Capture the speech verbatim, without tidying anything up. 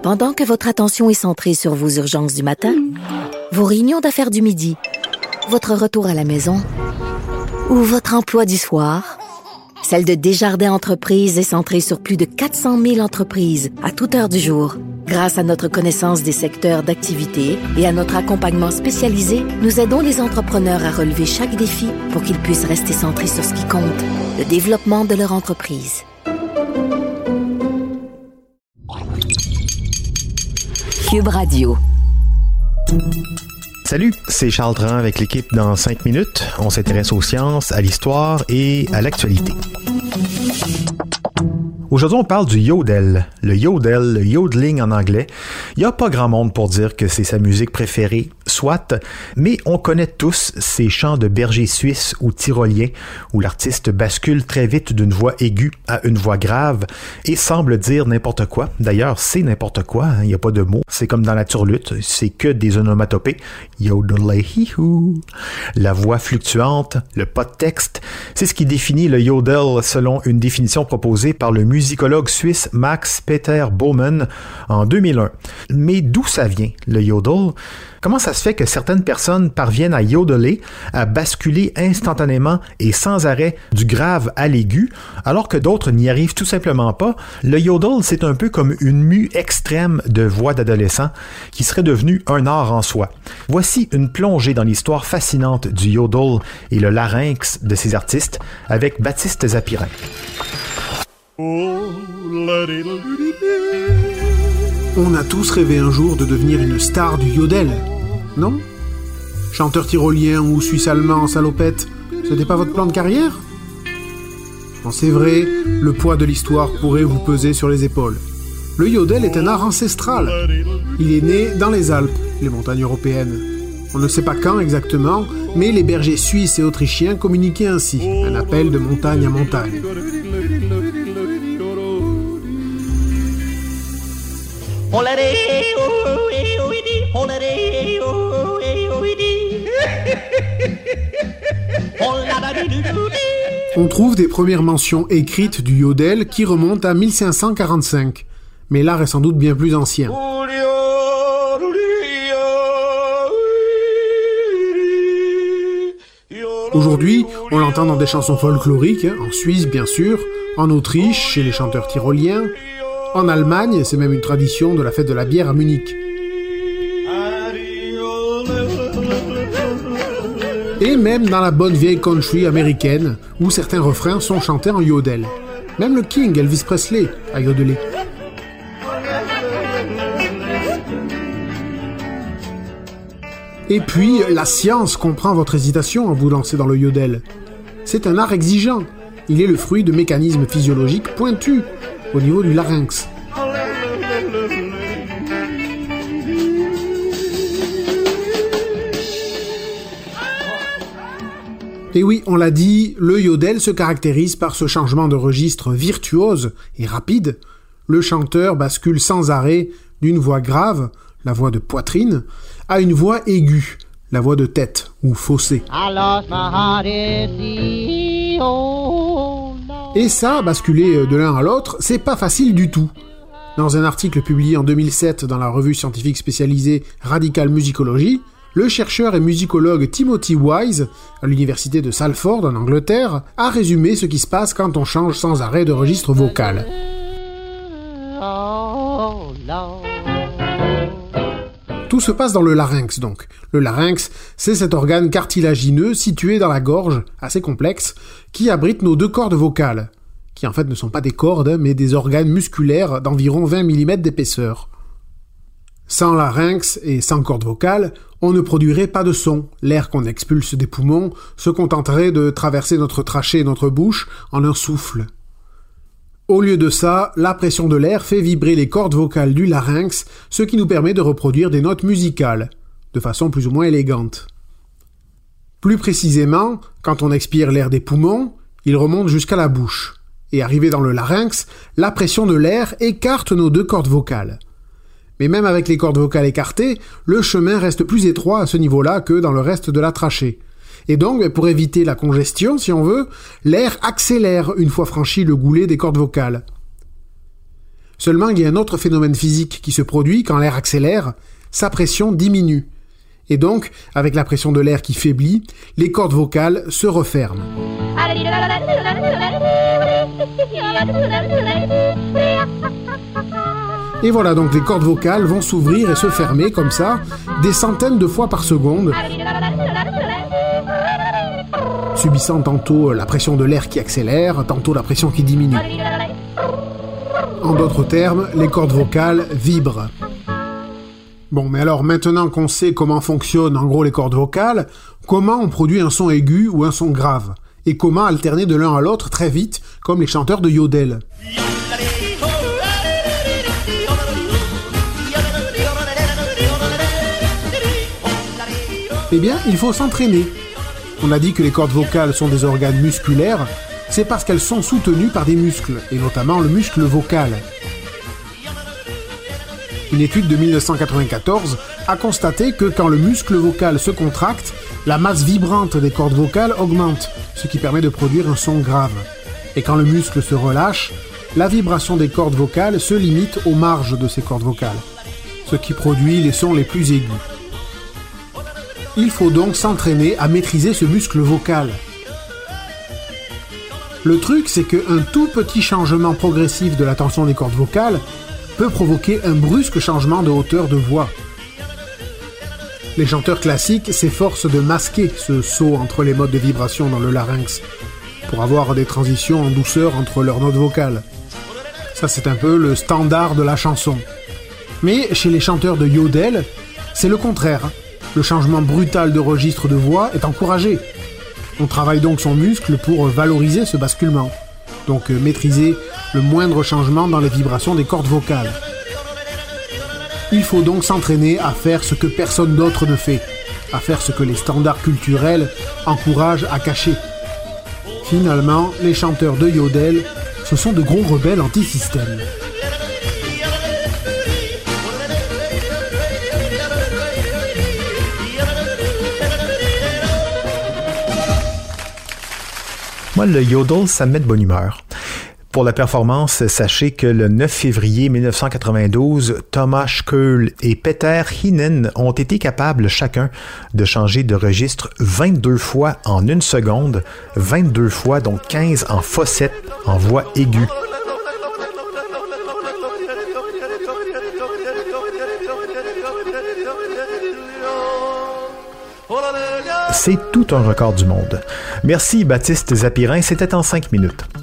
Pendant que votre attention est centrée sur vos urgences du matin, vos réunions d'affaires du midi, votre retour à la maison ou votre emploi du soir, celle de Desjardins Entreprises est centrée sur plus de quatre cent mille entreprises à toute heure du jour. Grâce à notre connaissance des secteurs d'activité et à notre accompagnement spécialisé, nous aidons les entrepreneurs à relever chaque défi pour qu'ils puissent rester centrés sur ce qui compte, le développement de leur entreprise. Cube Radio. Salut, c'est Charles Dran avec l'équipe dans cinq minutes. On s'intéresse aux sciences, à l'histoire et à l'actualité. Aujourd'hui, on parle du yodel. Le yodel, le yodeling en anglais. Il n'y a pas grand monde pour dire que c'est sa musique préférée, soit, mais on connaît tous ces chants de berger suisse ou tyrolien où l'artiste bascule très vite d'une voix aiguë à une voix grave et semble dire n'importe quoi. D'ailleurs, c'est n'importe quoi, il hein, n'y a pas de mots. C'est comme dans la turlute, c'est que des onomatopées. Yodelay-hee-hoo. La voix fluctuante, le pas de texte, c'est ce qui définit le yodel selon une définition proposée par le musicologue suisse Max Peter Baumann en deux mille un. Mais d'où ça vient, le yodel? Comment ça se fait que certaines personnes parviennent à yodeler, à basculer instantanément et sans arrêt du grave à l'aigu, alors que d'autres n'y arrivent tout simplement pas? Le yodel, c'est un peu comme une mue extrême de voix d'adolescent qui serait devenue un art en soi. Voici une plongée dans l'histoire fascinante du yodel et le larynx de ces artistes avec Baptiste Zapirin. On a tous rêvé un jour de devenir une star du yodel, non? Chanteur tyrolien ou suisse-allemand en salopette, c'était pas votre plan de carrière? Non, c'est vrai, le poids de l'histoire pourrait vous peser sur les épaules. Le yodel est un art ancestral. Il est né dans les Alpes, les montagnes européennes. On ne sait pas quand exactement, mais les bergers suisses et autrichiens communiquaient ainsi, un appel de montagne à montagne. On trouve des premières mentions écrites du yodel qui remontent à mille cinq cent quarante-cinq, mais l'art est sans doute bien plus ancien. Aujourd'hui, on l'entend dans des chansons folkloriques, hein, en Suisse bien sûr, en Autriche, chez les chanteurs tyroliens. En Allemagne, c'est même une tradition de la fête de la bière à Munich. Et même dans la bonne vieille country américaine, où certains refrains sont chantés en yodel. Même le King, Elvis Presley, a yodelé. Et puis, la science comprend votre hésitation à vous lancer dans le yodel. C'est un art exigeant. Il est le fruit de mécanismes physiologiques pointus au niveau du larynx. Et oui, on l'a dit, le yodel se caractérise par ce changement de registre virtuose et rapide. Le chanteur bascule sans arrêt d'une voix grave, la voix de poitrine, à une voix aiguë, la voix de tête ou fossé. Et ça, basculer de l'un à l'autre, c'est pas facile du tout. Dans un article publié en deux mille sept dans la revue scientifique spécialisée Radical Musicology, le chercheur et musicologue Timothy Wise, à l'université de Salford en Angleterre, a résumé ce qui se passe quand on change sans arrêt de registre vocal. Tout se passe dans le larynx donc. Le larynx, c'est cet organe cartilagineux situé dans la gorge, assez complexe, qui abrite nos deux cordes vocales, qui en fait ne sont pas des cordes, mais des organes musculaires d'environ vingt millimètres d'épaisseur. Sans larynx et sans corde vocale, on ne produirait pas de son. L'air qu'on expulse des poumons se contenterait de traverser notre trachée et notre bouche en un souffle. Au lieu de ça, la pression de l'air fait vibrer les cordes vocales du larynx, ce qui nous permet de reproduire des notes musicales, de façon plus ou moins élégante. Plus précisément, quand on expire l'air des poumons, il remonte jusqu'à la bouche. Et arrivé dans le larynx, la pression de l'air écarte nos deux cordes vocales. Mais même avec les cordes vocales écartées, le chemin reste plus étroit à ce niveau-là que dans le reste de la trachée. Et donc, pour éviter la congestion, si on veut, l'air accélère une fois franchi le goulet des cordes vocales. Seulement, il y a un autre phénomène physique qui se produit quand l'air accélère, sa pression diminue. Et donc, avec la pression de l'air qui faiblit, les cordes vocales se referment. Et voilà, donc les cordes vocales vont s'ouvrir et se fermer comme ça, des centaines de fois par seconde, subissant tantôt la pression de l'air qui accélère, tantôt la pression qui diminue. En d'autres termes, les cordes vocales vibrent. Bon, mais alors maintenant qu'on sait comment fonctionnent en gros les cordes vocales, comment on produit un son aigu ou un son grave? Et comment alterner de l'un à l'autre très vite, comme les chanteurs de yodel? Eh bien, il faut s'entraîner. On a dit que les cordes vocales sont des organes musculaires, c'est parce qu'elles sont soutenues par des muscles, et notamment le muscle vocal. Une étude de dix-neuf cent quatre-vingt-quatorze a constaté que quand le muscle vocal se contracte, la masse vibrante des cordes vocales augmente, ce qui permet de produire un son grave. Et quand le muscle se relâche, la vibration des cordes vocales se limite aux marges de ces cordes vocales, ce qui produit les sons les plus aigus. Il faut donc s'entraîner à maîtriser ce muscle vocal. Le truc, c'est qu'un tout petit changement progressif de la tension des cordes vocales peut provoquer un brusque changement de hauteur de voix. Les chanteurs classiques s'efforcent de masquer ce saut entre les modes de vibration dans le larynx pour avoir des transitions en douceur entre leurs notes vocales. Ça, c'est un peu le standard de la chanson. Mais chez les chanteurs de yodel, c'est le contraire. Le changement brutal de registre de voix est encouragé. On travaille donc son muscle pour valoriser ce basculement, donc maîtriser le moindre changement dans les vibrations des cordes vocales. Il faut donc s'entraîner à faire ce que personne d'autre ne fait, à faire ce que les standards culturels encouragent à cacher. Finalement, les chanteurs de yodel, ce sont de gros rebelles anti-système. Moi, le yodel, ça me met de bonne humeur. Pour la performance, sachez que le neuf février mille neuf cent quatre-vingt-douze, Thomas Schöll et Peter Heinen ont été capables chacun de changer de registre vingt-deux fois en une seconde, vingt-deux fois, donc quinze en fausset, en voix aiguë. C'est tout un record du monde. Merci Baptiste Zapirin, c'était en cinq minutes.